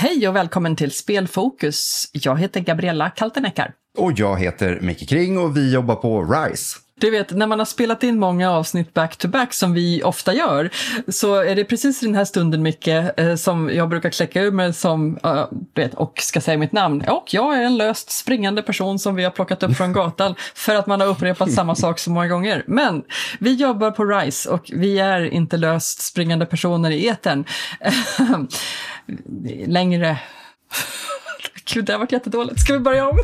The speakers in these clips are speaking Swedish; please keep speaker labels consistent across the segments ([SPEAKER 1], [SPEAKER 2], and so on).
[SPEAKER 1] Hej och välkommen till Spelfokus. Jag heter Gabriella Kalteneckar.
[SPEAKER 2] Och jag heter Micke Kring och vi jobbar på RISE.
[SPEAKER 1] Du vet, när man har spelat in många avsnitt back-to-back som vi ofta gör, så är det precis i den här stunden, Micke, som jag brukar kläcka ur mig som, och ska säga mitt namn. Och jag är en löst springande person som vi har plockat upp från gatan för att man har upprepat samma sak så många gånger. Men vi jobbar på RISE och vi är inte löst springande personer i etern. Längre. Gud, det har varit jättedåligt. Ska vi börja om?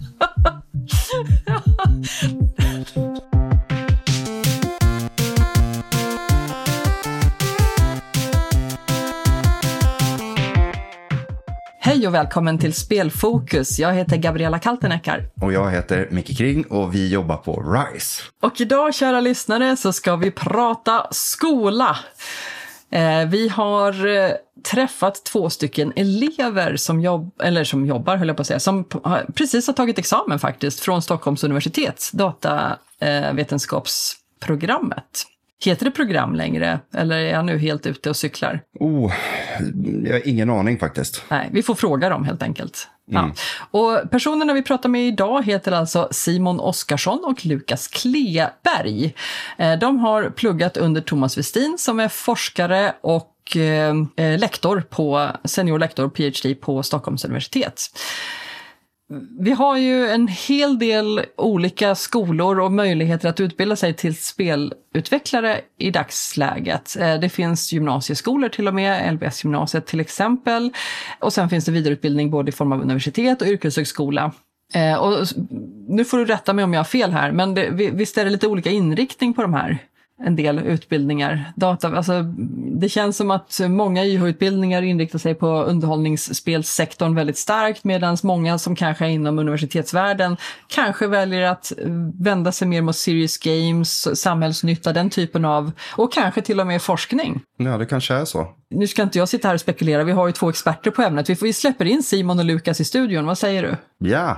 [SPEAKER 1] Hej och välkommen till Spelfokus. Jag heter Gabriella Kalteneckar.
[SPEAKER 2] Och jag heter Micke Kring och vi jobbar på RISE.
[SPEAKER 1] Och idag, kära lyssnare, så ska vi prata skola. Vi har träffat 2 stycken elever som jobbar, höll jag på att säga, som precis har tagit examen faktiskt från Stockholms universitets datavetenskapsprogrammet. Heter det program längre eller är jag nu helt ute och cyklar?
[SPEAKER 2] Jag har ingen aning faktiskt.
[SPEAKER 1] Nej, vi får fråga dem helt enkelt. Ja. Och personerna vi pratar med idag heter alltså Simon Oskarsson och Lukas Kleberg. De har pluggat under Thomas Westin som är forskare och seniorlektor PhD på Stockholms universitet. Vi har ju en hel del olika skolor och möjligheter att utbilda sig till spelutvecklare i dagsläget. Det finns gymnasieskolor till och med, LBS-gymnasiet till exempel. Och sen finns det vidareutbildning både i form av universitet och yrkeshögskola. Och nu får du rätta mig om jag har fel här, men visst är det lite olika inriktning på de här? En del utbildningar. Det känns som att många YH-utbildningar inriktar sig på underhållningsspelsektorn väldigt starkt, medan många som kanske är inom universitetsvärlden kanske väljer att vända sig mer mot serious games, samhällsnytta, den typen av, och kanske till och med forskning.
[SPEAKER 2] Ja, det kanske är så.
[SPEAKER 1] Nu ska inte jag sitta här och spekulera, vi har ju 2 experter på ämnet. Vi släpper in Simon och Lukas i studion, vad säger du?
[SPEAKER 2] Ja.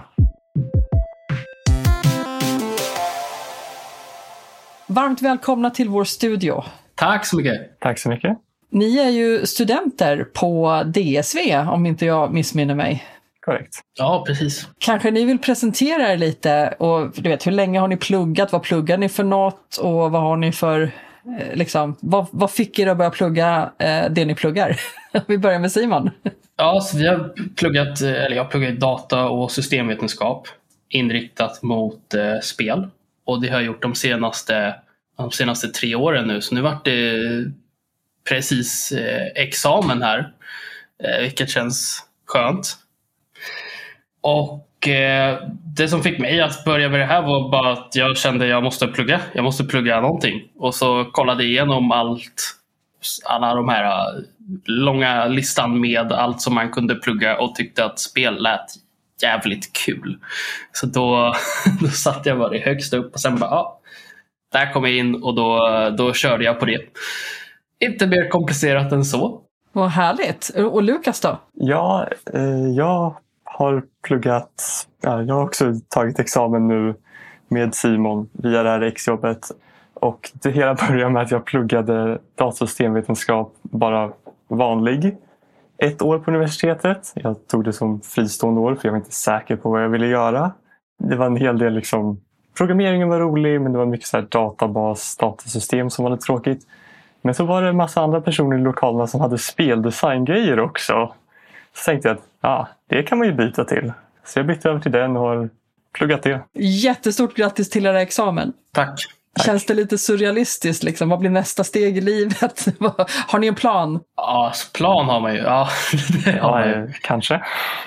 [SPEAKER 1] Varmt välkomna till vår studio.
[SPEAKER 3] Tack så mycket.
[SPEAKER 4] Tack så mycket.
[SPEAKER 1] Ni är ju studenter på DSV, om inte jag missminner mig.
[SPEAKER 4] Korrekt.
[SPEAKER 3] Ja, precis.
[SPEAKER 1] Kanske ni vill presentera er lite och du vet, hur länge har ni pluggat? Vad pluggar ni för något? Och vad har ni för, vad fick er att börja plugga det ni pluggar? Vi börjar med Simon.
[SPEAKER 3] Ja, så jag har pluggat data- och systemvetenskap inriktat mot spel. Och det har jag gjort de senaste 3 åren nu. Så nu vart det precis examen här. Vilket känns skönt. Och det som fick mig att börja med det här var bara att jag kände att jag måste plugga någonting. Och så kollade jag igenom alla de här långa listan med allt som man kunde plugga och tyckte att spel lät jävligt kul. Så då satte jag bara högst upp och sen bara, där kom jag in och då körde jag på det. Inte mer komplicerat än så.
[SPEAKER 1] Vad härligt. Och Lukas då?
[SPEAKER 4] Ja, jag har pluggat, jag har också tagit examen nu med Simon via det här exjobbet. Och det hela började med att jag pluggade datasystemvetenskap bara vanlig. 1 år på universitetet. Jag tog det som fristående år för jag var inte säker på vad jag ville göra. Det var en hel del programmeringen var rolig, men det var mycket så här datasystem som var lite tråkigt. Men så var det en massa andra personer i lokalerna som hade speldesigngrejer också. Så tänkte jag att det kan man ju byta till. Så jag bytte över till den och har pluggat det.
[SPEAKER 1] Jättestort grattis till era examen.
[SPEAKER 3] Tack.
[SPEAKER 1] Känns det lite surrealistiskt? Vad blir nästa steg i livet? Har ni en plan?
[SPEAKER 3] Ja, plan har man ju. Ja,
[SPEAKER 4] kanske.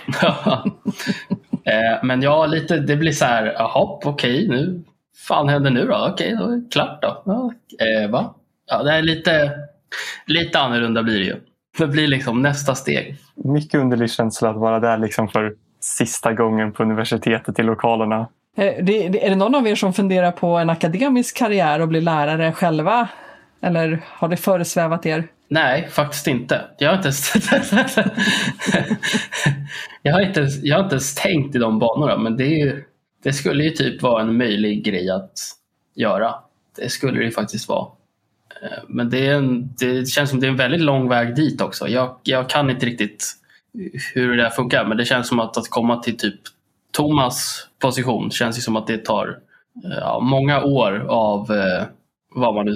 [SPEAKER 3] Men det blir så här, okej, nu fan händer nu då? Okej, då är det klart då. Va? Ja, det är lite annorlunda blir det ju. Det blir nästa steg.
[SPEAKER 4] Mycket underlig känsla att vara där för sista gången på universitetet i lokalerna.
[SPEAKER 1] Är det någon av er som funderar på en akademisk karriär och bli lärare själva? Eller har det föresvävat er?
[SPEAKER 3] Nej, faktiskt inte. Jag har inte ens tänkt i de banorna, men det skulle ju typ vara en möjlig grej att göra. Det skulle det faktiskt vara. Men det känns som det är en väldigt lång väg dit också. Jag kan inte riktigt hur det där funkar. Men det känns som att komma till typ Thomas position känns ju som att det tar många år av vad man nu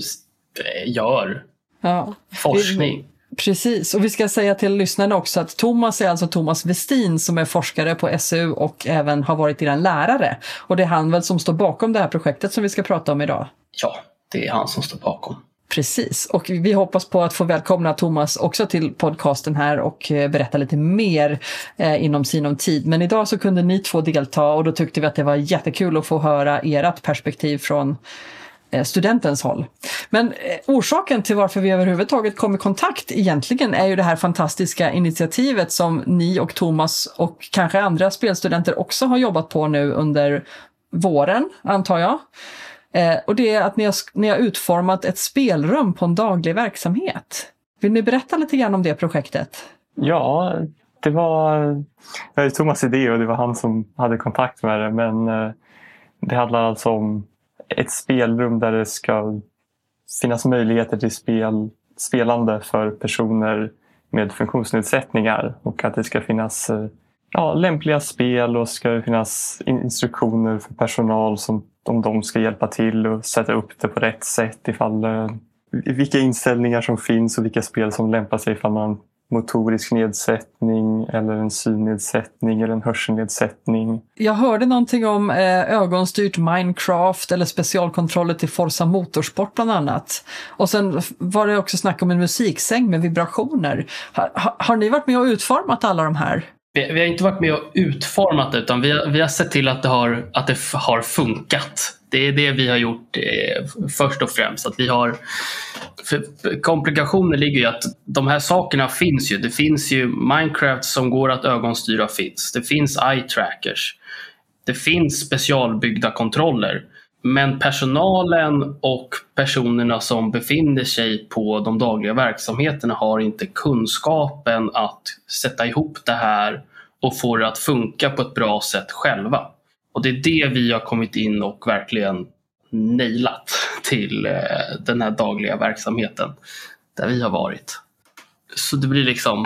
[SPEAKER 3] gör.
[SPEAKER 1] Ja.
[SPEAKER 3] Forskning.
[SPEAKER 1] Precis, och vi ska säga till lyssnarna också att Thomas är alltså Thomas Westin som är forskare på SU och även har varit er lärare. Och det är han väl som står bakom det här projektet som vi ska prata om idag?
[SPEAKER 3] Ja, det är han som står bakom.
[SPEAKER 1] Precis, och vi hoppas på att få välkomna Thomas också till podcasten här och berätta lite mer inom sinom tid. Men idag så kunde ni två delta och då tyckte vi att det var jättekul att få höra ert perspektiv från studentens håll. Men orsaken till varför vi överhuvudtaget kom i kontakt egentligen är ju det här fantastiska initiativet som ni och Thomas och kanske andra spelstudenter också har jobbat på nu under våren, antar jag. Och det är att ni har utformat ett spelrum på en daglig verksamhet. Vill ni berätta lite grann om det projektet?
[SPEAKER 4] Ja, det var Thomas idé och det var han som hade kontakt med det. Men det handlar alltså om ett spelrum där det ska finnas möjligheter till spelande för personer med funktionsnedsättningar. Och att det ska finnas lämpliga spel och ska finnas instruktioner för personal som om de ska hjälpa till och sätta upp det på rätt sätt ifall vilka inställningar som finns och vilka spel som lämpar sig ifall man motorisk nedsättning eller en synnedsättning eller en hörselnedsättning. Jag
[SPEAKER 1] hörde någonting om ögonstyrt Minecraft eller specialkontroller till Forza Motorsport bland annat. Och sen var det också snack om en musiksäng med vibrationer. Har ni varit med och utformat alla de här?
[SPEAKER 3] Vi har inte varit med och utformat det utan vi har sett till att det har funkat. Det är det vi har gjort först och främst. Att vi har, för komplikationer ligger ju att de här sakerna finns ju. Det finns ju Minecraft som går att ögonstyra finns. Det finns eye trackers. Det finns specialbyggda kontroller. Men personalen och personerna som befinner sig på de dagliga verksamheterna har inte kunskapen att sätta ihop det här och få det att funka på ett bra sätt själva. Och det är det vi har kommit in och verkligen nailat till den här dagliga verksamheten där vi har varit. Så det blir liksom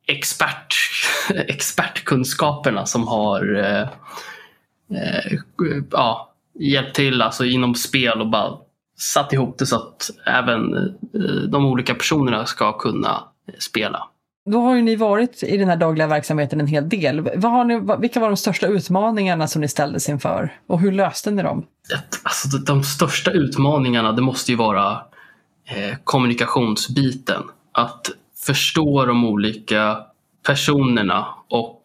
[SPEAKER 3] expertkunskaperna som har hjälpt till alltså inom spel och bara satt ihop det så att även de olika personerna ska kunna spela.
[SPEAKER 1] Då har ju ni varit i den här dagliga verksamheten en hel del. Vilka var de största utmaningarna som ni ställdes inför? Och hur löste ni dem?
[SPEAKER 3] Alltså, de största utmaningarna det måste ju vara kommunikationsbiten. Att förstå de olika personerna och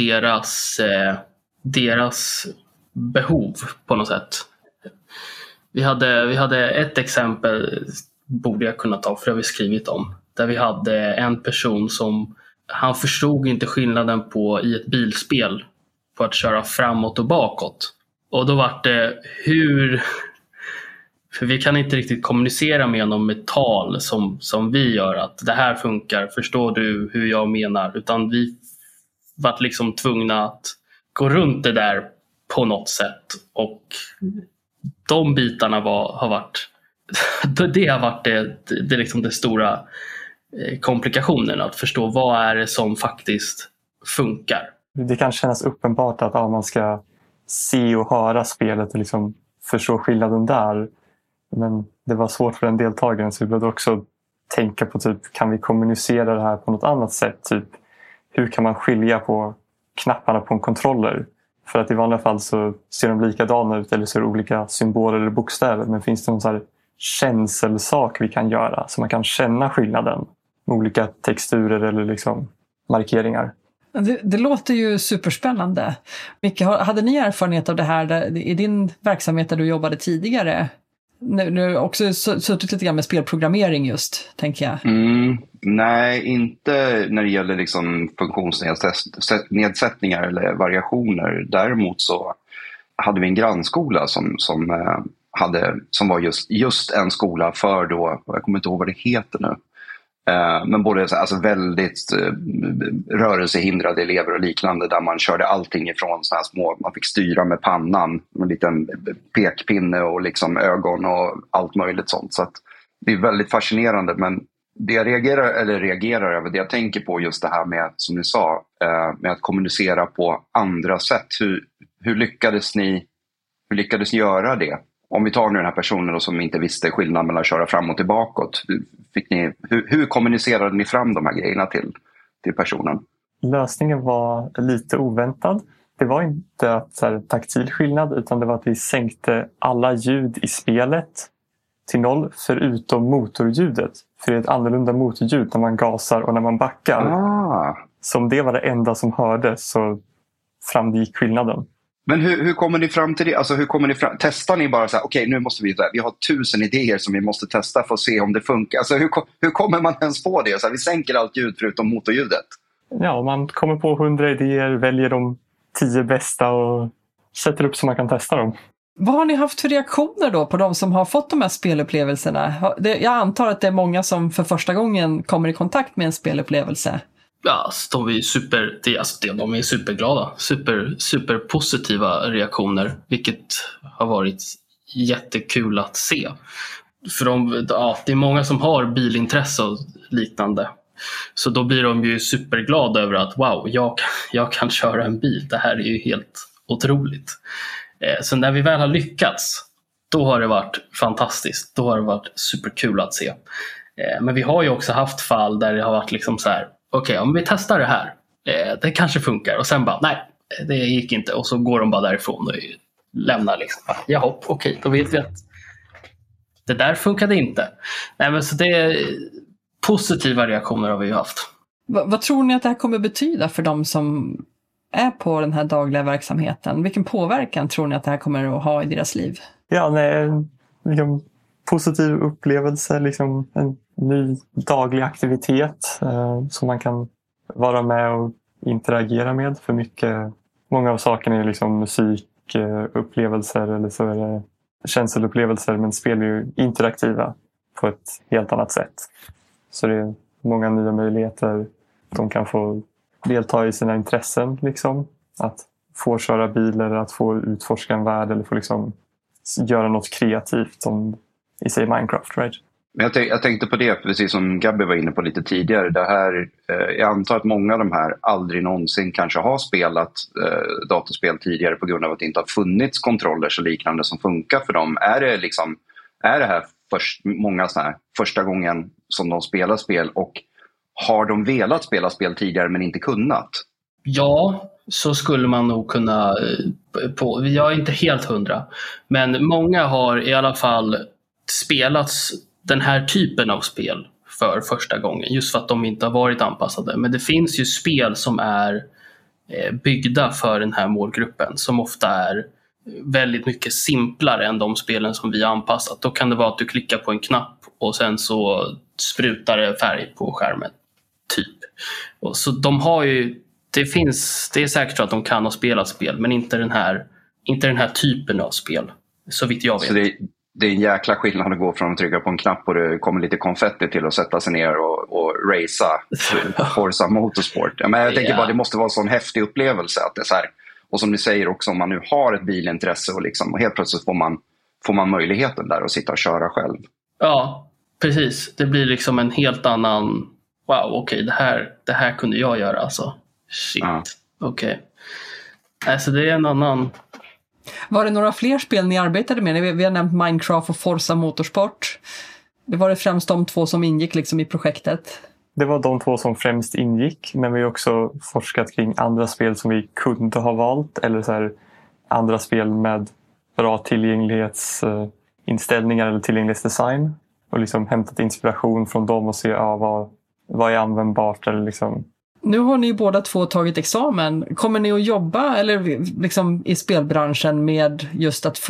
[SPEAKER 3] deras behov på något sätt. Vi hade ett exempel, borde jag kunna ta för det har vi skrivit om. Där vi hade en person som han förstod inte skillnaden i ett bilspel på att köra framåt och bakåt. Och då var det för vi kan inte riktigt kommunicera med honom med tal som vi gör att det här funkar, förstår du hur jag menar? Utan vi var liksom tvungna att gå runt det där på något sätt och de bitarna har varit det liksom det stora komplikationen att förstå vad är det som faktiskt funkar.
[SPEAKER 4] Det kan kännas uppenbart att man ska se och höra spelet och liksom förstå skillnaden där. Men det var svårt för en deltagare så vi behövde också tänka på kan vi kommunicera det här på något annat sätt? Hur kan man skilja på knapparna på en kontroller? För att i vanliga fall så ser de likadana ut eller så är det olika symboler eller bokstäver. Men finns det någon så här känselsak vi kan göra så man kan känna skillnaden med olika texturer eller liksom markeringar?
[SPEAKER 1] Det låter ju superspännande. Micke, hade ni erfarenhet av det här i din verksamhet där du jobbade tidigare? Nu har också suttit lite grann med spelprogrammering just, tänker jag.
[SPEAKER 2] Nej, inte när det gäller liksom funktionsnedsättningar eller variationer. Däremot så hade vi en grannskola som var just en skola för då, jag kommer inte ihåg vad det heter nu. Men både alltså väldigt rörelsehindrade elever och liknande där man körde allting ifrån såna här små, man fick styra med pannan med en liten pekpinne och liksom ögon och allt möjligt sånt. Så att det är väldigt fascinerande men Det jag reagerar över, det jag tänker på just det här med, som ni sa, med att kommunicera på andra sätt. Hur lyckades ni göra det? Om vi tar nu den här personen då, som inte visste skillnaden mellan att köra fram och tillbaka. Hur kommunicerade ni fram de här grejerna till personen?
[SPEAKER 4] Lösningen var lite oväntad. Det var inte att taktil skillnad, utan det var att vi sänkte alla ljud i spelet till 0 förutom motorljudet. För det är ett annorlunda motorljud när man gasar och när man backar. Så om det var det enda som hördes så framgick skillnaden.
[SPEAKER 2] Men hur kommer ni fram till det? Alltså, testar ni bara så här, okej, nu måste vi har 1000 idéer som vi måste testa för att se om det funkar. Alltså, hur kommer man ens på det? Så här, vi sänker allt ljud förutom motorljudet.
[SPEAKER 4] Ja, man kommer på 100 idéer, väljer de 10 bästa och sätter upp så man kan testa dem.
[SPEAKER 1] Vad har ni haft för reaktioner då på de som har fått de här spelupplevelserna? Jag antar att det är många som för första gången kommer i kontakt med en spelupplevelse.
[SPEAKER 3] Ja, de är superglada. Super positiva reaktioner, vilket har varit jättekul att se. För det är många som har bilintresse och liknande. Så då blir de ju superglada över att wow, jag kan köra en bil. Det här är ju helt otroligt. Så när vi väl har lyckats, då har det varit fantastiskt. Då har det varit superkul att se. Men vi har ju också haft fall där det har varit liksom så här, okej, om vi testar det här, det kanske funkar. Och sen bara, nej, det gick inte. Och så går de bara därifrån och lämnar liksom. Jaha, okej, då vet vi att det där funkade inte. Nej, men så det är positiva reaktioner har vi ju haft.
[SPEAKER 1] Vad tror ni att det här kommer betyda för de som är på den här dagliga verksamheten? Vilken påverkan tror ni att det här kommer att ha i deras liv?
[SPEAKER 4] Ja, liksom positiv upplevelse, liksom en ny daglig aktivitet som man kan vara med och interagera med. För många av sakerna är liksom musikupplevelser eller så är det känselupplevelser, men spel är ju interaktiva på ett helt annat sätt. Så det är många nya möjligheter. De kan få delta i sina intressen, liksom. Att få köra bil eller att få utforska en värld eller få liksom göra något kreativt som i sig Minecraft, right?
[SPEAKER 2] Men jag tänkte på det, precis som Gabby var inne på lite tidigare. Det här, jag antar att många av de här aldrig någonsin kanske har spelat datorspel tidigare på grund av att det inte har funnits kontrollers och liknande som funkar för dem. Är det här många såna här första gången som de spelar spel, och har de velat spela spel tidigare men inte kunnat?
[SPEAKER 3] Ja, så skulle man nog kunna. Jag är inte helt 100, men många har i alla fall spelat den här typen av spel för första gången, just för att de inte har varit anpassade. Men det finns ju spel som är byggda för den här målgruppen, som ofta är väldigt mycket simplare än de spelen som vi har anpassat. Då kan det vara att du klickar på en knapp och sen så sprutar det färg på skärmen, typ. Och så de har ju, det är säkert så att de kan ha spelat spel, men inte den här typen av spel, så vitt jag vet.
[SPEAKER 2] Så det är en jäkla skillnad att gå från att trycka på en knapp och det kommer lite konfetti till att sätta sig ner och racea Forza Motorsport. Men jag tänker bara, det måste vara en sån häftig upplevelse att det är så här. Och som ni säger också, om man nu har ett bilintresse och helt plötsligt får man möjligheten där att sitta och köra själv.
[SPEAKER 3] Ja, precis. Det blir liksom en helt annan, wow, okej, det här kunde jag göra alltså. Shit, okej. Alltså det är en annan.
[SPEAKER 1] Var det några fler spel ni arbetade med? Vi har nämnt Minecraft och Forza Motorsport. Det var det främst de två som ingick liksom i projektet?
[SPEAKER 4] Det var de två som främst ingick, men vi har också forskat kring andra spel som vi kunde ha valt, eller så här, andra spel med bra tillgänglighetsinställningar eller tillgänglighetsdesign, och liksom hämtat inspiration från dem och se vad är användbart eller liksom.
[SPEAKER 1] Nu har ni båda två tagit examen. Kommer ni att jobba eller liksom i spelbranschen med just att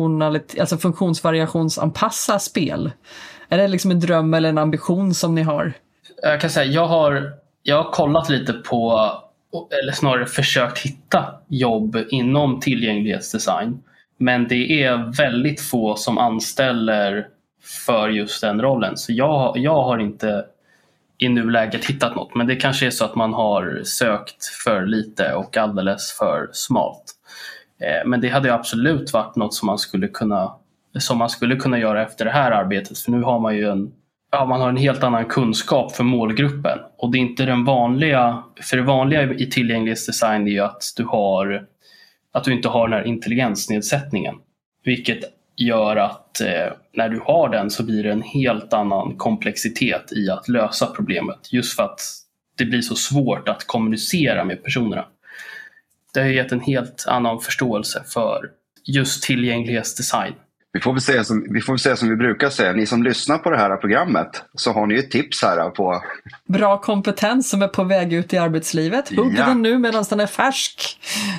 [SPEAKER 1] funktionsvariationsanpassa spel? Är det liksom en dröm eller en ambition som ni har?
[SPEAKER 3] Jag kan säga, jag har kollat lite på, eller snarare försökt hitta jobb inom tillgänglighetsdesign. Men det är väldigt få som anställer för just den rollen. Så jag har inte i nuläget hittat något. Men det kanske är så att man har sökt för lite och alldeles för smalt. Men det hade ju absolut varit något som man skulle kunna göra efter det här arbetet. För nu har man ju man har en helt annan kunskap för målgruppen. Och det är inte den vanliga, för det vanliga i tillgänglighetsdesign är ju att du inte har den här intelligensnedsättningen. Vilket gör att när du har den så blir det en helt annan komplexitet i att lösa problemet. Just för att det blir så svårt att kommunicera med personerna. Det har gett en helt annan förståelse för just tillgänglighetsdesign.
[SPEAKER 2] Vi får väl säga som vi brukar säga. Ni som lyssnar på det här programmet, så har ni ett tips här på...
[SPEAKER 1] Bra kompetens som är på väg ut i arbetslivet. Hugg den nu medan den är färsk.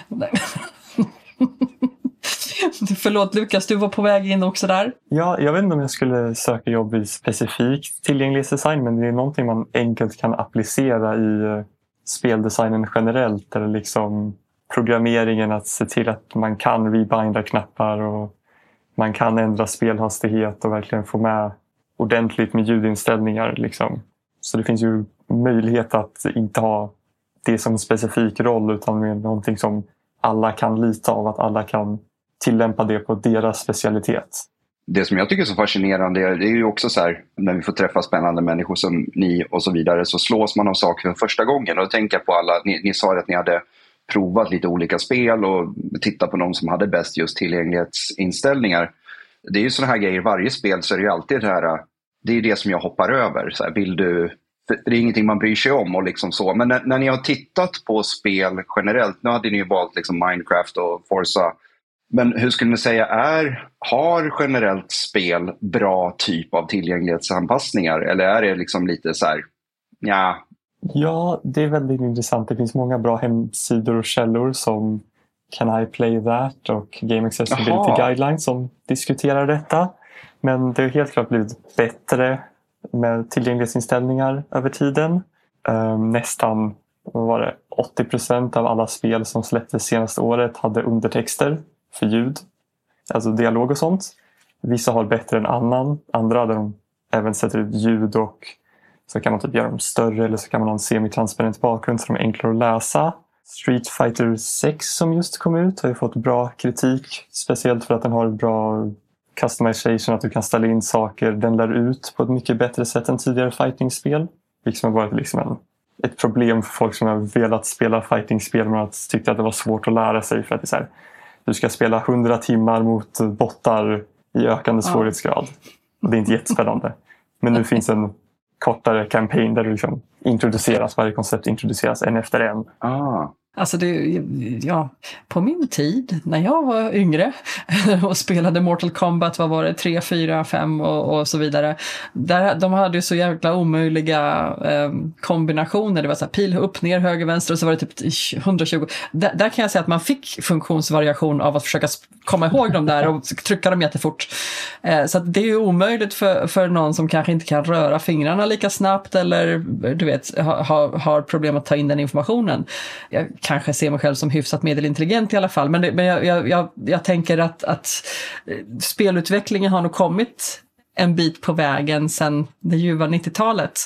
[SPEAKER 1] Förlåt Lukas, du var på väg in också där.
[SPEAKER 4] Ja, jag vet inte om jag skulle söka jobb i specifikt tillgänglighetsdesign, men det är någonting man enkelt kan applicera i speldesignen generellt. Eller liksom programmeringen, att se till att man kan rebinda knappar och man kan ändra spelhastighet och verkligen få med ordentligt med ljudinställningar. Liksom. Så det finns ju möjlighet att inte ha det som en specifik roll, utan med någonting som alla kan lita av, att alla kan tillämpa det på deras specialitet.
[SPEAKER 2] Det som jag tycker är så fascinerande det är ju också så här, när vi får träffa spännande människor som ni och så vidare, så slås man av saker för första gången. Och jag tänker på alla, ni sa att ni hade provat lite olika spel och tittat på någon som hade bäst just tillgänglighetsinställningar. Det är ju sådana här grejer, varje spel så är det ju alltid det här, det är det som jag hoppar över. Så här, det är ingenting man bryr sig om och liksom så. Men när ni har tittat på spel generellt, nu hade ni ju valt liksom Minecraft och Forza. Men hur skulle ni säga, har generellt spel bra typ av tillgänglighetsanpassningar? Eller är det liksom lite så här, ja...
[SPEAKER 4] Ja, det är väldigt intressant. Det finns många bra hemsidor och källor som Can I Play That och Game Accessibility Guidelines som diskuterar detta. Men det har helt klart blivit bättre med tillgänglighetsinställningar över tiden. Nästan 80% av alla spel som släpptes senaste året hade undertexter för ljud, alltså dialog och sånt. Vissa har bättre än andra där de även sätter ut ljud, och så kan man typ göra dem större, eller så kan man ha en semitransparent bakgrund så de är enklare att läsa. Street Fighter 6 som just kom ut har ju fått bra kritik, speciellt för att den har bra customization, att du kan ställa in saker. Den lär ut på ett mycket bättre sätt än tidigare fightingspel. Liksom har varit liksom ett problem för folk som har velat spela fightingspel men har tyckt att det var svårt att lära sig, för att det är så här, du ska spela 100 timmar mot bottar i ökande svårighetsgrad. Och det är inte jättespännande. Men nu finns en kortare kampanj där du liksom varje koncept introduceras en efter en.
[SPEAKER 1] Alltså på min tid när jag var yngre och spelade Mortal Kombat, vad var det, 3, 4, 5 och så vidare. De hade ju så jäkla omöjliga kombinationer. Det var så här pil upp, ner, höger, vänster, och så var det typ 120. Där kan jag säga att man fick funktionsvariation av att försöka komma ihåg dem där och trycka dem jättefort. Så att det är ju omöjligt för någon som kanske inte kan röra fingrarna lika snabbt, eller du vet, har problem att ta in den informationen. Jag kanske ser mig själv som hyfsat medelintelligent i alla fall, men jag tänker att spelutvecklingen har nog kommit en bit på vägen sedan det ljuva 90-talet.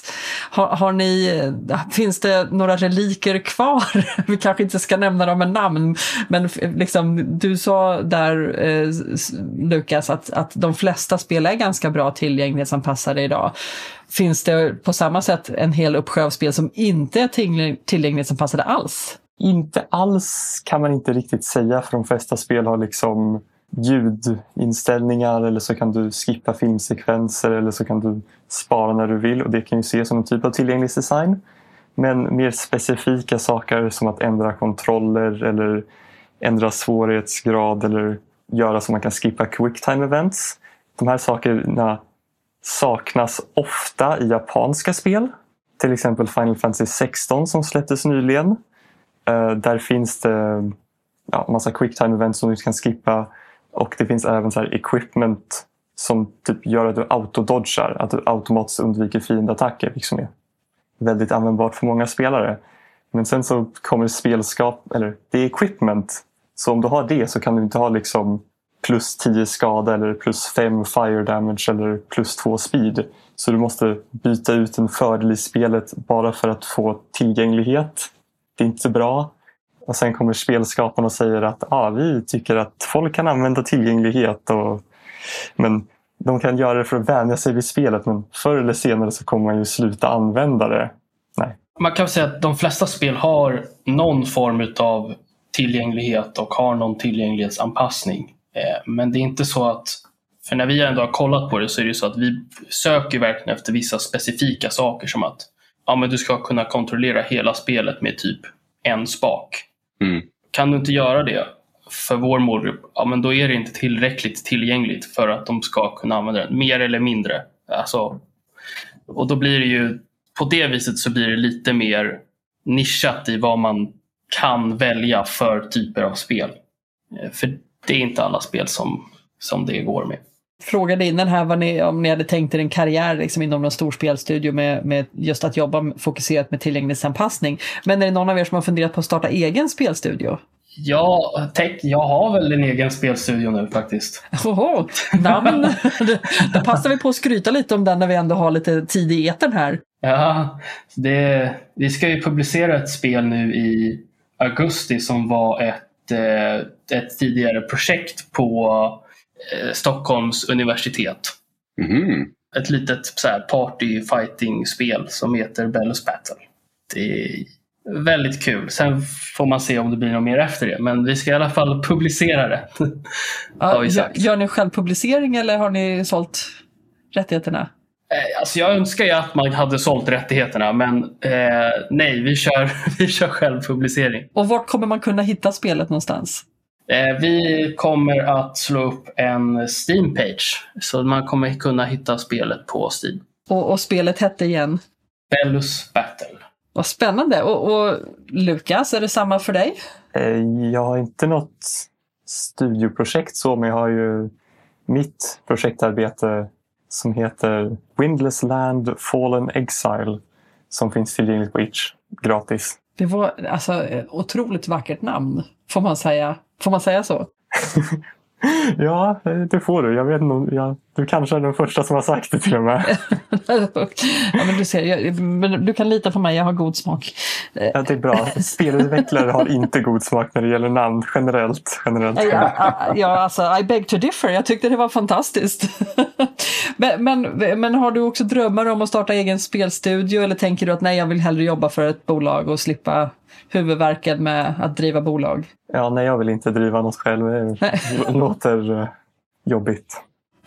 [SPEAKER 1] Finns det några reliker kvar? Vi kanske inte ska nämna dem med namn, men liksom, du sa där Lukas att de flesta spel är ganska bra tillgänglighetsanpassade idag. Finns det på samma sätt en hel uppsjö av spel som inte är tillgänglighetsanpassade alls?
[SPEAKER 4] Inte alls kan man inte riktigt säga, för de flesta spel har liksom ljudinställningar, eller så kan du skippa filmsekvenser, eller så kan du spara när du vill, och det kan ju ses som en typ av tillgänglighetsdesign. Men mer specifika saker som att ändra kontroller eller ändra svårighetsgrad eller göra så man kan skippa quicktime events. De här sakerna saknas ofta i japanska spel. Till exempel Final Fantasy 16 som släpptes nyligen. Där finns det massa quicktime events som du kan skippa, och det finns även så här equipment som typ gör att du autododgar, att du automatiskt undviker fiendattacker, vilket som är väldigt användbart för många spelare. Men sen så kommer spelskap, eller det är equipment, så om du har det så kan du inte ha liksom plus 10 skada eller plus 5 fire damage eller plus 2 speed. Så du måste byta ut en fördel i spelet bara för att få tillgänglighet. Det är inte så bra. Och sen kommer spelskaparna och säger att vi tycker att folk kan använda tillgänglighet. Men de kan göra det för att vänja sig vid spelet, men förr eller senare så kommer man ju sluta använda det. Nej.
[SPEAKER 3] Man kan säga att de flesta spel har någon form av tillgänglighet och har någon tillgänglighetsanpassning. Men det är inte så att, för när vi ändå har kollat på det så är det så att vi söker verkligen efter vissa specifika saker som att men du ska kunna kontrollera hela spelet med typ en spak. Kan du inte göra det för vår målgrupp, men då är det inte tillräckligt tillgängligt för att de ska kunna använda den, mer eller mindre. Alltså, och då blir det ju, på det viset så blir det lite mer nischat i vad man kan välja för typer av spel. För det är inte alla spel som det går med.
[SPEAKER 1] Frågade innan här om ni hade tänkt er en karriär liksom inom en stor spelstudio med just att jobba fokuserat med tillgänglighetsanpassning. Men är det någon av er som har funderat på att starta egen spelstudio?
[SPEAKER 3] Ja, jag har väl en egen spelstudio nu faktiskt.
[SPEAKER 1] Oho, namn. Då passar vi på att skryta lite om den när vi ändå har lite tid i etern här.
[SPEAKER 3] Ja, vi ska ju publicera ett spel nu i augusti som var ett tidigare projekt på Stockholms universitet. Ett litet så här party fighting spel som heter Bellus Battle. Det är väldigt kul. Sen får man se om det blir något mer efter det. Men vi ska i alla fall publicera det.
[SPEAKER 1] Gör ni självpublicering eller har ni sålt rättigheterna?
[SPEAKER 3] Alltså jag önskar ju att man hade sålt rättigheterna. Men nej, vi kör självpublicering.
[SPEAKER 1] Och vart kommer man kunna hitta spelet någonstans?
[SPEAKER 3] Vi kommer att slå upp en Steam-page. Så man kommer kunna hitta spelet på Steam.
[SPEAKER 1] Och spelet hette igen?
[SPEAKER 3] Bellus Battle.
[SPEAKER 1] Vad spännande. Och Lukas, är det samma för dig?
[SPEAKER 4] Jag har inte något studioprojekt så, men jag har ju mitt projektarbete som heter Windless Land Fallen Exile som finns tillgängligt på itch gratis.
[SPEAKER 1] Det var alltså otroligt vackert namn, får man säga. Får man säga så?
[SPEAKER 4] Ja, det får du. Jag vet inte, du kanske är den första som har sagt det till och med.
[SPEAKER 1] Ja, men du ser, men du kan lita på mig, jag har god smak.
[SPEAKER 4] Ja, det är bra. Spelutvecklare har inte god smak när det gäller namn generellt.
[SPEAKER 1] Ja, alltså, I beg to differ. Jag tyckte det var fantastiskt. Men har du också drömmar om att starta egen spelstudio eller tänker du att nej, jag vill hellre jobba för ett bolag och slippa huvudvärken med att driva bolag?
[SPEAKER 4] Ja, nej, jag vill inte driva något själv. Det låter jobbigt.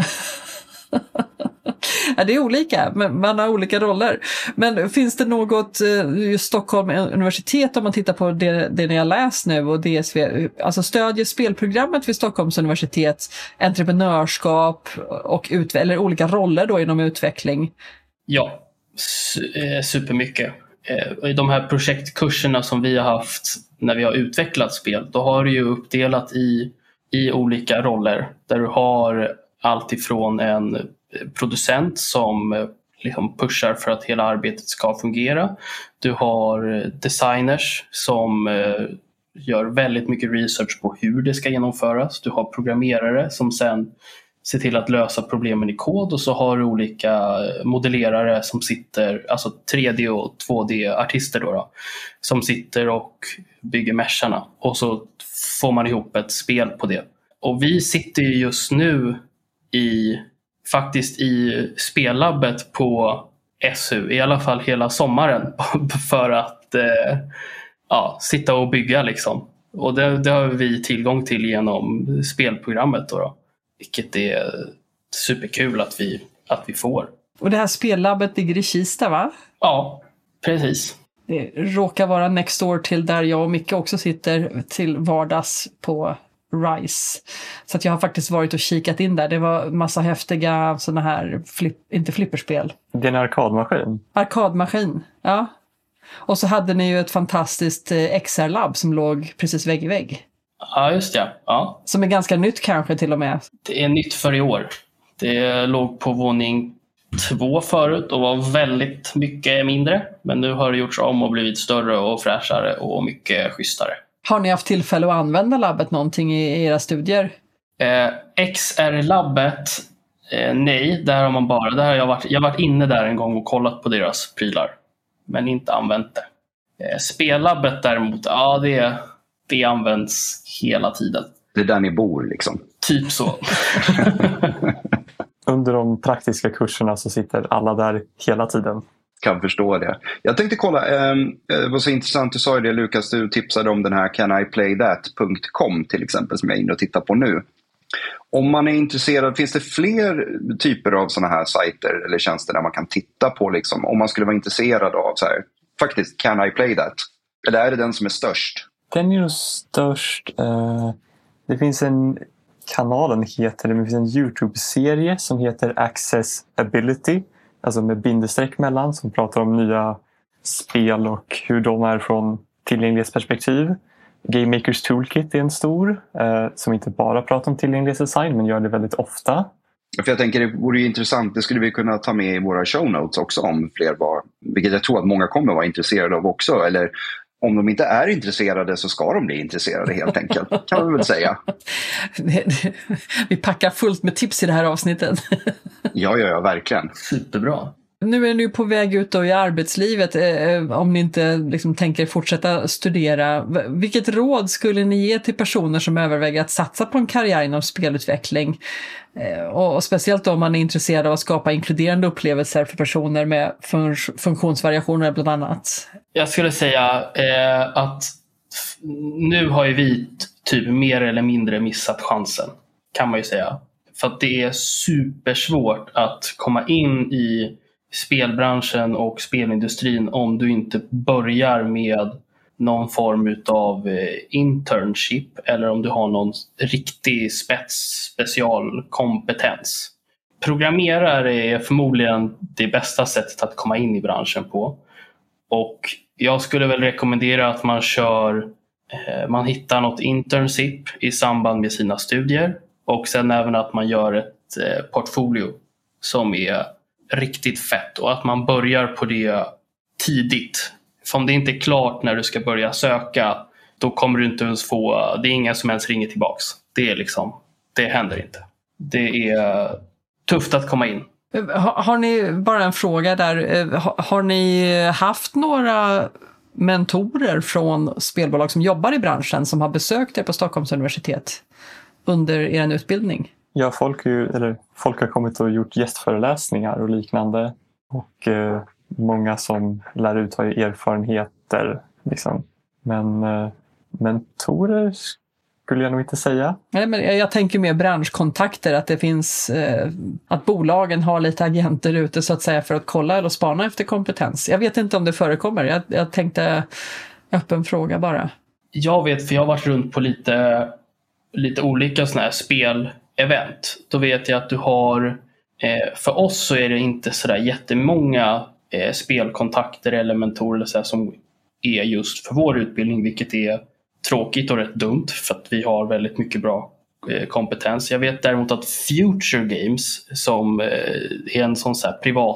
[SPEAKER 1] Ja, det är olika, men man har olika roller. Men finns det något, just Stockholm universitet, om man tittar på det ni har läst nu och DSV, alltså stödjer spelprogrammet vid Stockholms universitet entreprenörskap och eller olika roller då inom utveckling?
[SPEAKER 3] Ja, supermycket. I de här projektkurserna som vi har haft när vi har utvecklat spel, då har du ju uppdelat i olika roller där du har allt ifrån en producent som liksom pushar för att hela arbetet ska fungera. Du har designers som gör väldigt mycket research på hur det ska genomföras. Du har programmerare som sen ser till att lösa problemen i kod, och så har du olika modellerare som sitter, alltså 3D och 2D-artister då, som sitter och bygger mesharna, och så får man ihop ett spel på det. Och vi sitter ju just nu faktiskt i spellabbet på SU, i alla fall hela sommaren, för att sitta och bygga liksom. Och det har vi tillgång till genom spelprogrammet då. Vilket är superkul att vi får. Och
[SPEAKER 1] det här spellabbet ligger i Kista, va?
[SPEAKER 3] Ja, precis.
[SPEAKER 1] Det råkar vara next door till där jag och Micke också sitter till vardags på RISE. Så att jag har faktiskt varit och kikat in där. Det var massa häftiga såna här, inte flipperspel.
[SPEAKER 4] Det är en arkadmaskin.
[SPEAKER 1] Arkadmaskin, ja. Och så hade ni ju ett fantastiskt XR-labb som låg precis vägg i vägg.
[SPEAKER 3] Ja, just det. Ja.
[SPEAKER 1] Som är ganska nytt kanske till och med.
[SPEAKER 3] Det är nytt för i år. Det låg på våning 2 förut och var väldigt mycket mindre. Men nu har det gjorts om och blivit större och fräschare och mycket schysstare.
[SPEAKER 1] Har ni haft tillfälle att använda labbet någonting i era studier?
[SPEAKER 3] XR-labbet, nej. Där har man bara. Där har jag har varit inne där en gång och kollat på deras prylar. Men inte använt det. Spellabbet däremot, ja det används hela tiden.
[SPEAKER 2] Det är där ni bor liksom.
[SPEAKER 3] Typ så.
[SPEAKER 4] under de praktiska kurserna så sitter alla där hela tiden.
[SPEAKER 2] Kan förstå det. Jag tänkte kolla, det var så intressant, du sa ju det Lukas, du tipsade om den här caniplaythat.com till exempel som jag är inne och tittar på nu. Om man är intresserad, finns det fler typer av sådana här sajter eller tjänster där man kan titta på liksom, om man skulle vara intresserad av så här, faktiskt Can I Play That? Eller är det den som är störst?
[SPEAKER 4] Den är nog störst. Det finns en kanalen heter det, men det finns en YouTube-serie som heter Accessibility, alltså med bindestreck mellan, som pratar om nya spel och hur de är från tillgänglighetsperspektiv. Game Makers Toolkit är en stor som inte bara pratar om tillgänglighetsdesign men gör det väldigt ofta.
[SPEAKER 2] För jag tänker det vore ju intressant, det skulle vi kunna ta med i våra show notes också om fler var, vilket jag tror att många kommer vara intresserade av också, eller om de inte är intresserade så ska de bli intresserade helt enkelt, kan vi väl säga.
[SPEAKER 1] Vi packar fullt med tips i det här avsnittet.
[SPEAKER 2] Ja, verkligen.
[SPEAKER 3] Superbra.
[SPEAKER 1] Nu är ni på väg ut då i arbetslivet, om ni inte liksom tänker fortsätta studera. Vilket råd skulle ni ge till personer som överväger att satsa på en karriär inom spelutveckling? Och speciellt om man är intresserad av att skapa inkluderande upplevelser för personer med funktionsvariationer bland annat.
[SPEAKER 3] Jag skulle säga att nu har ju vi typ mer eller mindre missat chansen, kan man ju säga. För att det är supersvårt att komma in i spelbranschen och spelindustrin om du inte börjar med någon form av internship eller om du har någon riktig specialkompetens. Programmerare är förmodligen det bästa sättet att komma in i branschen på. Och jag skulle väl rekommendera att man hittar något internship i samband med sina studier och sen även att man gör ett portfolio som är riktigt fett och att man börjar på det tidigt. För om det inte är klart när du ska börja söka, då kommer du inte ens få, det är ingen som ens ringer tillbaks. Det händer inte. Det är tufft att komma in.
[SPEAKER 1] Har ni, bara en fråga där, har ni haft några mentorer från spelbolag som jobbar i branschen som har besökt er på Stockholms universitet under er utbildning?
[SPEAKER 4] Ja, folk har kommit och gjort gästföreläsningar och liknande. Och många som lär ut har ju erfarenheter. Liksom. Men mentorer skulle jag nog inte säga. Nej,
[SPEAKER 1] men jag tänker mer branschkontakter, att det finns att bolagen har lite agenter ute så att säga för att kolla eller spana efter kompetens. Jag vet inte om det förekommer. Jag tänkte öppen fråga bara.
[SPEAKER 3] Jag vet, för jag har varit runt på lite olika såna här spelevent. Då vet jag att du har, för oss så är det inte sådär jättemånga spelkontakter eller mentorer eller så här, som är just för vår utbildning, vilket är tråkigt och rätt dumt för att vi har väldigt mycket bra kompetens. Jag vet däremot att Future Games, som är en sån så här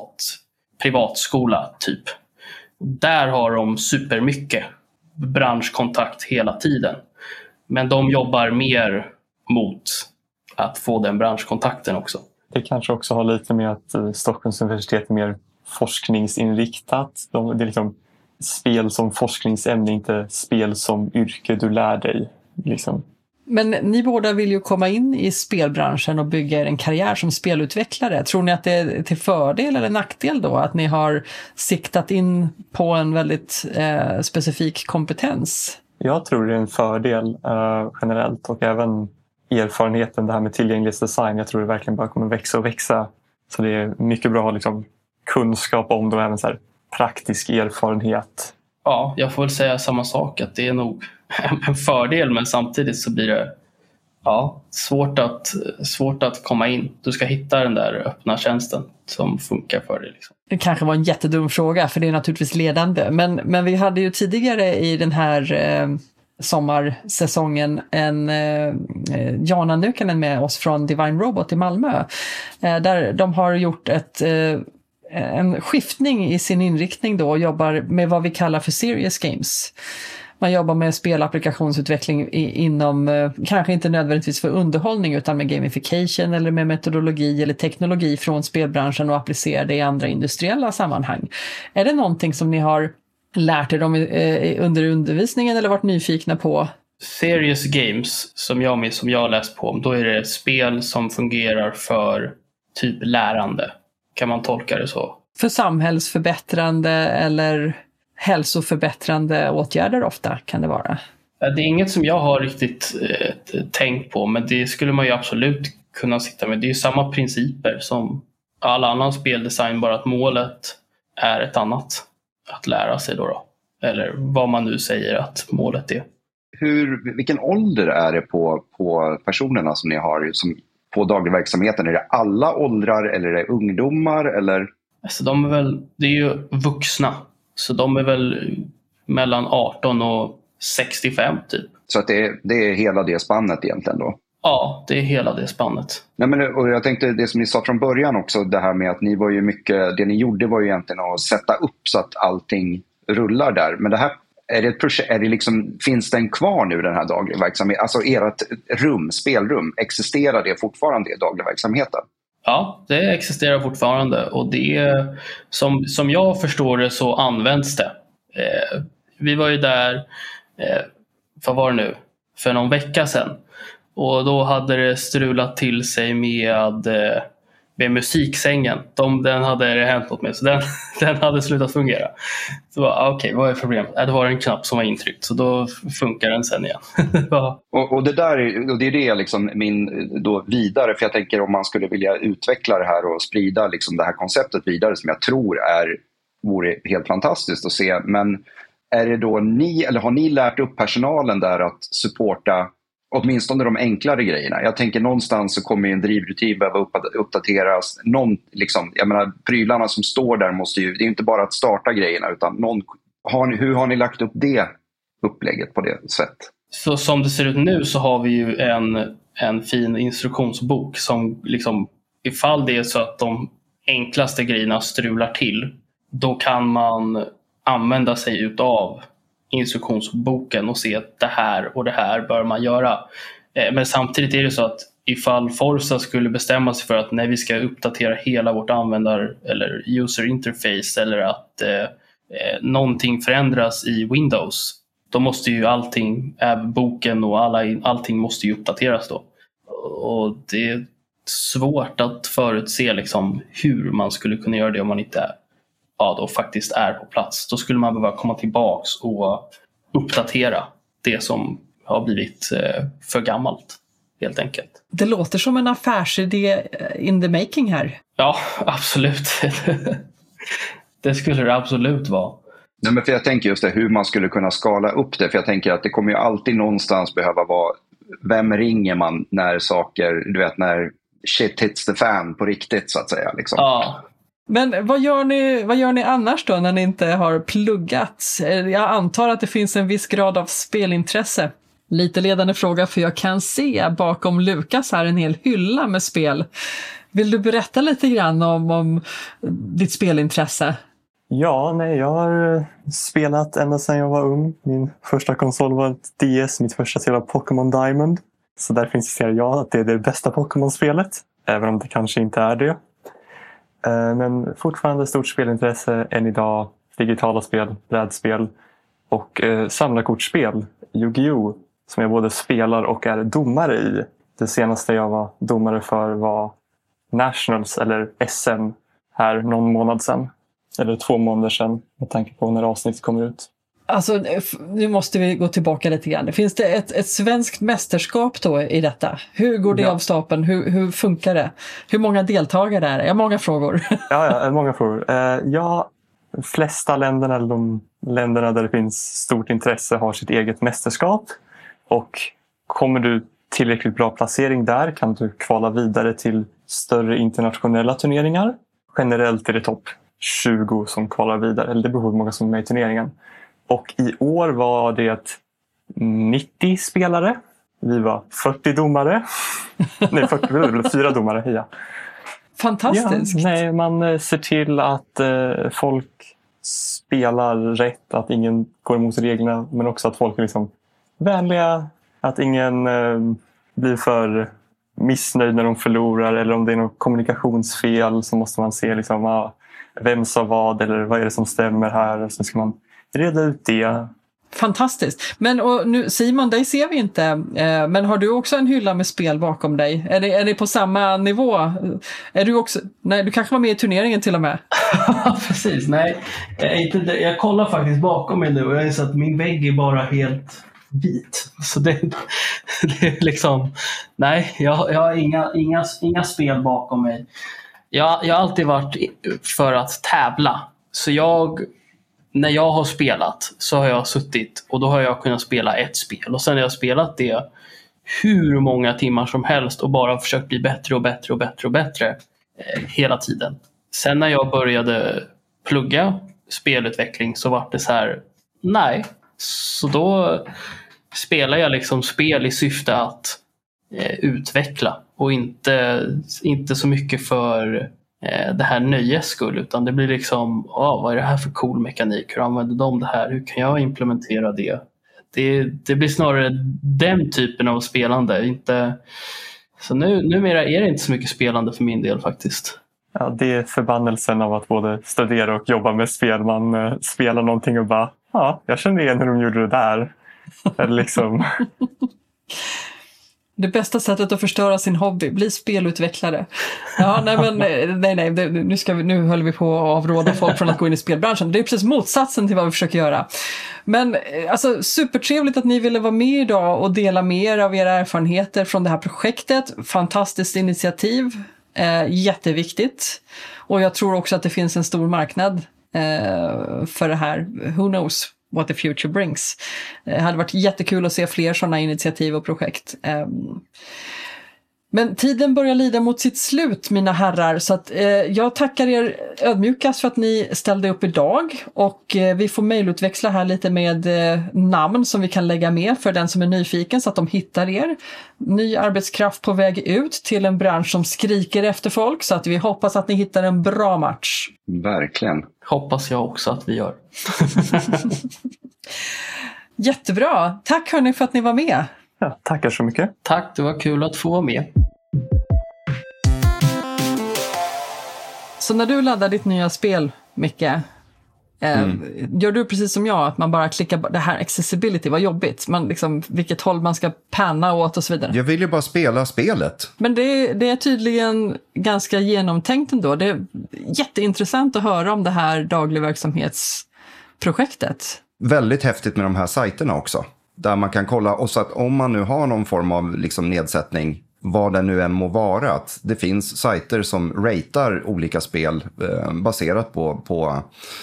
[SPEAKER 3] privatskola typ, där har de supermycket branschkontakt hela tiden. Men de jobbar mer mot att få den branschkontakten också.
[SPEAKER 4] Det kanske också har lite med att Stockholms universitet är mer forskningsinriktat. Det är liksom spel som forskningsämne, inte spel som yrke du lär dig. Liksom.
[SPEAKER 1] Men ni båda vill ju komma in i spelbranschen och bygga en karriär som spelutvecklare. Tror ni att det är till fördel eller nackdel då att ni har siktat in på en väldigt specifik kompetens?
[SPEAKER 4] Jag tror det är en fördel generellt, och även erfarenheten, det här med tillgänglighetsdesign. Jag tror det verkligen bara kommer växa och växa. Så det är mycket bra att ha liksom kunskap om det och även så här praktisk erfarenhet.
[SPEAKER 3] Ja, jag får väl säga samma sak, att det är nog en fördel, men samtidigt så blir det svårt att komma in. Du ska hitta den där öppna tjänsten som funkar för dig. Liksom.
[SPEAKER 1] Det kanske var en jättedum fråga, för det är naturligtvis ledande. Men vi hade ju tidigare i den här sommarsäsongen Jana Nukanen med oss från Divine Robot i Malmö. Där de har gjort en skiftning i sin inriktning då och jobbar med vad vi kallar för serious games. Man jobbar med spelapplikationsutveckling inom, kanske inte nödvändigtvis för underhållning, utan med gamification eller med metodologi eller teknologi från spelbranschen och applicerar det i andra industriella sammanhang. Är det någonting som ni har lärt er om under undervisningen eller varit nyfikna på?
[SPEAKER 3] Serious games som jag har läst på, då är det spel som fungerar för typ lärande. Kan man tolka det så?
[SPEAKER 1] För samhällsförbättrande eller hälsoförbättrande åtgärder ofta kan det vara.
[SPEAKER 3] Det är inget som jag har riktigt tänkt på, men det skulle man ju absolut kunna sitta med. Det är ju samma principer som all annan speldesign, bara att målet är ett annat. Att lära sig då. Eller vad man nu säger att målet är.
[SPEAKER 2] Vilken ålder är det på personerna som ni har på dagligverksamheten? Är det alla åldrar eller är det ungdomar? Eller?
[SPEAKER 3] Alltså det är ju vuxna. Så de är väl mellan 18 och 65 typ.
[SPEAKER 2] Så att det är hela det spannet egentligen då?
[SPEAKER 3] Ja, det är hela det spannet.
[SPEAKER 2] Nej, men, och jag tänkte det som ni sa från början också, det här med att ni var ju mycket, det ni gjorde var ju egentligen att sätta upp så att allting rullar där. Men det här, är det ett projekt, finns den kvar nu, den här dagliga verksamheten? Alltså ert spelrum, existerar det fortfarande i dagliga verksamheten?
[SPEAKER 3] Ja, det existerar fortfarande, och det som jag förstår det så används det. Vi var ju där, vad var det nu? För någon vecka sedan. Och då hade det strulat till sig med musiksängen. Den hade det hänt något med, så den hade slutat fungera. Så okej, vad är problemet? Det var en knapp som var intryckt, så då funkar den sen igen.
[SPEAKER 2] och det är det liksom min då vidare, för jag tänker om man skulle vilja utveckla det här och sprida liksom det här konceptet vidare, som jag tror vore helt fantastiskt att se. Men är det då har ni lärt upp personalen där att supporta åtminstone de enklare grejerna? Jag tänker någonstans så kommer ju en drivrutin behöva uppdateras. Jag menar, prylarna som står där det är inte bara att starta grejerna, utan hur har ni lagt upp det upplägget på det sätt?
[SPEAKER 3] Så som det ser ut nu så har vi ju en fin instruktionsbok som liksom, ifall det är så att de enklaste grejerna strular till, då kan man använda sig utav instruktionsboken och se att det här och det här bör man göra. Men samtidigt är det så att ifall Forza skulle bestämma sig för att när vi ska uppdatera hela vårt eller user interface, eller att någonting förändras i Windows, då måste ju allting, boken och allting måste ju uppdateras då. Och det är svårt att förutse liksom hur man skulle kunna göra det om man inte då faktiskt är på plats. Då skulle man behöva komma tillbaks och uppdatera det som har blivit för gammalt, helt enkelt.
[SPEAKER 1] Det låter som en affärsidé in the making här.
[SPEAKER 3] Ja, absolut. Det skulle det absolut vara.
[SPEAKER 2] Nej, men för jag tänker just det, hur man skulle kunna skala upp det. För jag tänker att det kommer ju alltid någonstans behöva vara, vem ringer man när när shit hits the fan på riktigt, så att säga. Liksom.
[SPEAKER 3] Ja.
[SPEAKER 1] Men vad gör ni annars då när ni inte har pluggat? Jag antar att det finns en viss grad av spelintresse. Lite ledande fråga, för jag kan se bakom Lukas här en hel hylla med spel. Vill du berätta lite grann om ditt spelintresse?
[SPEAKER 4] Ja, jag har spelat ända sedan jag var ung. Min första konsol var ett DS, mitt första spel var Pokémon Diamond. Så därför insisterar jag att det är det bästa Pokémon-spelet, även om det kanske inte är det. Men fortfarande stort spelintresse än idag. Digitala spel, brädspel och samlarkortspel. Yu-Gi-Oh! Som jag både spelar och är domare i. Det senaste jag var domare för var Nationals eller SM här någon månad sedan. Eller 2 månader sedan, med tanke på när avsnittet kommer ut.
[SPEAKER 1] Alltså, nu måste vi gå tillbaka lite grann. Finns det ett svenskt mästerskap då i detta? Hur går det av stapeln? Hur funkar det? Hur många deltagare är det? Jag har många frågor.
[SPEAKER 4] Ja, många frågor. De flesta länderna, eller de länderna där det finns stort intresse, har sitt eget mästerskap. Och kommer du tillräckligt bra placering där kan du kvala vidare till större internationella turneringar. Generellt är det topp 20 som kvalar vidare, eller det beror på hur många som är med i turneringen. Och i år var det 90 spelare. Vi var 40 domare. Nej, 4 domare. Ja.
[SPEAKER 1] Fantastiskt.
[SPEAKER 4] Ja, man ser till att folk spelar rätt, att ingen går emot reglerna, men också att folk är liksom vänliga, att ingen blir för missnöjd när de förlorar, eller om det är något kommunikationsfel så måste man se liksom, vem sa vad eller vad är det som stämmer här, så ska man reda ut det.
[SPEAKER 1] Fantastiskt. Men och nu, Simon, dig ser vi inte. Men har du också en hylla med spel bakom dig? Är det på samma nivå? Är du också... Nej, du kanske var med i turneringen till och med.
[SPEAKER 3] Precis, nej. Jag kollar faktiskt bakom mig nu och jag inser att min vägg är bara helt vit. Så det är liksom... Nej, jag har inga spel bakom mig. Jag har alltid varit för att tävla. Så när jag har spelat så har jag suttit och då har jag kunnat spela ett spel. Och sen har jag spelat det hur många timmar som helst och bara försökt bli bättre och bättre och bättre och bättre hela tiden. Sen när jag började plugga spelutveckling så var det så här, nej. Så då spelar jag liksom spel i syfte att utveckla och inte så mycket för det här nöjes skull, utan det blir liksom, vad är det här för cool mekanik, hur använder de det här, hur kan jag implementera det? Det blir snarare den typen av spelande, inte så numera är det inte så mycket spelande för min del faktiskt.
[SPEAKER 4] Ja, det är förbannelsen av att både studera och jobba med spel. Man spelar någonting och bara, jag kände igen hur de gjorde det där. Eller liksom...
[SPEAKER 1] Det bästa sättet att förstöra sin hobby, bli spelutvecklare. Ja, nej, nu höll vi på att avråda folk från att gå in i spelbranschen. Det är precis motsatsen till vad vi försöker göra. Men alltså, supertrevligt att ni ville vara med idag och dela med er av era erfarenheter från det här projektet. Fantastiskt initiativ, jätteviktigt. Och jag tror också att det finns en stor marknad för det här. Who knows what the future brings. Det hade varit jättekul att se fler sådana initiativ och projekt. Men tiden börjar lida mot sitt slut, mina herrar, så att jag tackar er ödmjukast för att ni ställde upp idag, och vi får mejlutväxla här lite med namn som vi kan lägga med för den som är nyfiken så att de hittar er. Ny arbetskraft på väg ut till en bransch som skriker efter folk, så att vi hoppas att ni hittar en bra match.
[SPEAKER 2] Verkligen.
[SPEAKER 3] Hoppas jag också att vi gör.
[SPEAKER 1] Jättebra. Tack hörni för att ni var med.
[SPEAKER 4] Ja, tackar så mycket.
[SPEAKER 3] Tack, det var kul att få vara med.
[SPEAKER 1] Så när du laddar ditt nya spel, Micke, gör du precis som jag, att man bara klickar, det här accessibility var jobbigt, man liksom, vilket håll man ska panna åt och så vidare.
[SPEAKER 5] Jag vill ju bara spela spelet.
[SPEAKER 1] Men det är tydligen ganska genomtänkt ändå. Det är jätteintressant att höra om det här dagligverksamhetsprojektet.
[SPEAKER 5] Väldigt häftigt med de här sajterna också. Där man kan kolla, och så att om man nu har någon form av liksom nedsättning, vad det nu än må vara, att det finns sajter som ratear olika spel baserat på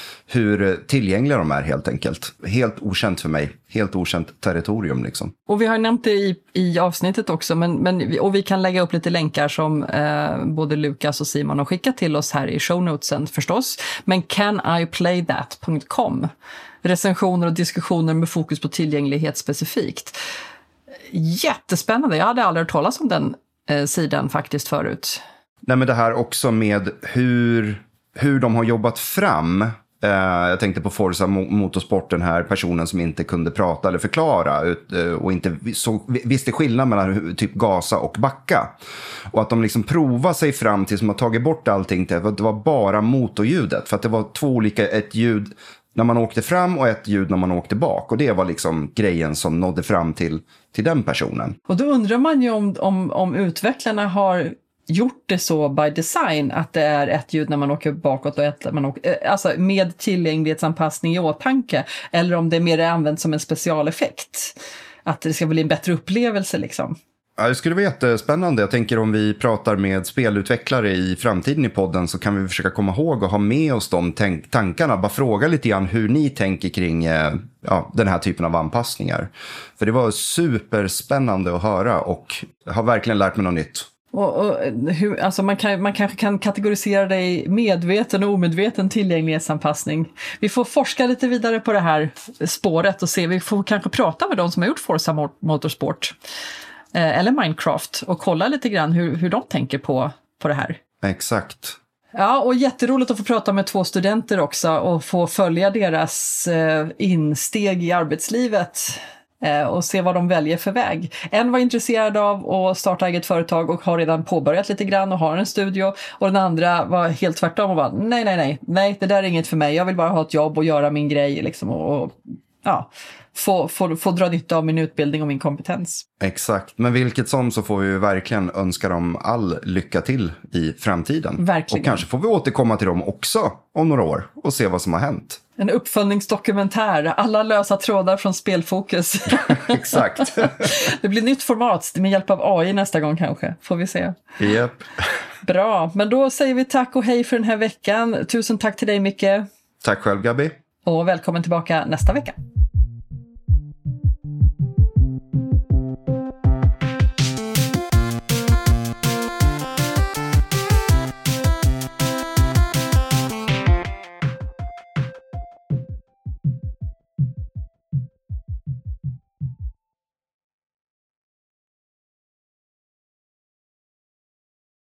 [SPEAKER 5] hur tillgängliga de är helt enkelt. Helt okänt för mig. Helt okänt territorium liksom.
[SPEAKER 1] Och vi har nämnt det i avsnittet också, och vi kan lägga upp lite länkar som både Lukas och Simon har skickat till oss här i shownotesen förstås. Men caniplaythat.com. Recensioner och diskussioner med fokus på tillgänglighet specifikt. Jättespännande. Jag hade aldrig hört talas om den sidan faktiskt förut.
[SPEAKER 5] Nej, men det här också med hur de har jobbat fram. Jag tänkte på Forza Motorsport, den här personen som inte kunde prata eller förklara och inte visste skillnad mellan typ gasa och backa. Och att de liksom provar sig fram tills de har tagit bort allting till att det var bara motorljudet. För att det var två olika, ett ljud när man åkte fram och ett ljud när man åkte bak. Och det var liksom grejen som nådde fram till den personen.
[SPEAKER 1] Och då undrar man ju om utvecklarna har gjort det så by design att det är ett ljud när man åker bakåt och ett när man åker, alltså med tillgänglighetsanpassning i åtanke, eller om det mer är använt som en specialeffekt. Att det ska bli en bättre upplevelse liksom.
[SPEAKER 5] Ja, det skulle vara jättespännande. Jag tänker om vi pratar med spelutvecklare i framtiden i podden så kan vi försöka komma ihåg och ha med oss de tankarna. Bara fråga lite grann hur ni tänker kring den här typen av anpassningar. För det var superspännande att höra och jag har verkligen lärt mig något nytt.
[SPEAKER 1] Och hur, alltså man kanske kan kategorisera det i medveten och omedveten tillgänglighetsanpassning. Vi får forska lite vidare på det här spåret och se. Vi får kanske prata med de som har gjort Forza Motorsport eller Minecraft och kolla lite grann hur de tänker på det här.
[SPEAKER 5] Exakt.
[SPEAKER 1] Ja, och jätteroligt att få prata med 2 studenter också och få följa deras insteg i arbetslivet och se vad de väljer för väg. En var intresserad av att starta eget företag och har redan påbörjat lite grann och har en studio, och den andra var helt tvärtom och var nej, det där är inget för mig, jag vill bara ha ett jobb och göra min grej liksom, och få dra nytta av min utbildning och min kompetens.
[SPEAKER 5] Exakt, men vilket som så får vi verkligen önska dem all lycka till i framtiden.
[SPEAKER 1] Verkligen.
[SPEAKER 5] Och kanske får vi återkomma till dem också om några år och se vad som har hänt.
[SPEAKER 1] En uppföljningsdokumentär, alla lösa trådar från Spelfokus.
[SPEAKER 5] Exakt.
[SPEAKER 1] Det blir nytt format med hjälp av AI nästa gång kanske, får vi se.
[SPEAKER 5] Yep.
[SPEAKER 1] Bra, men då säger vi tack och hej för den här veckan. Tusen tack till dig Micke.
[SPEAKER 5] Tack själv Gabi.
[SPEAKER 1] Och välkommen tillbaka nästa vecka.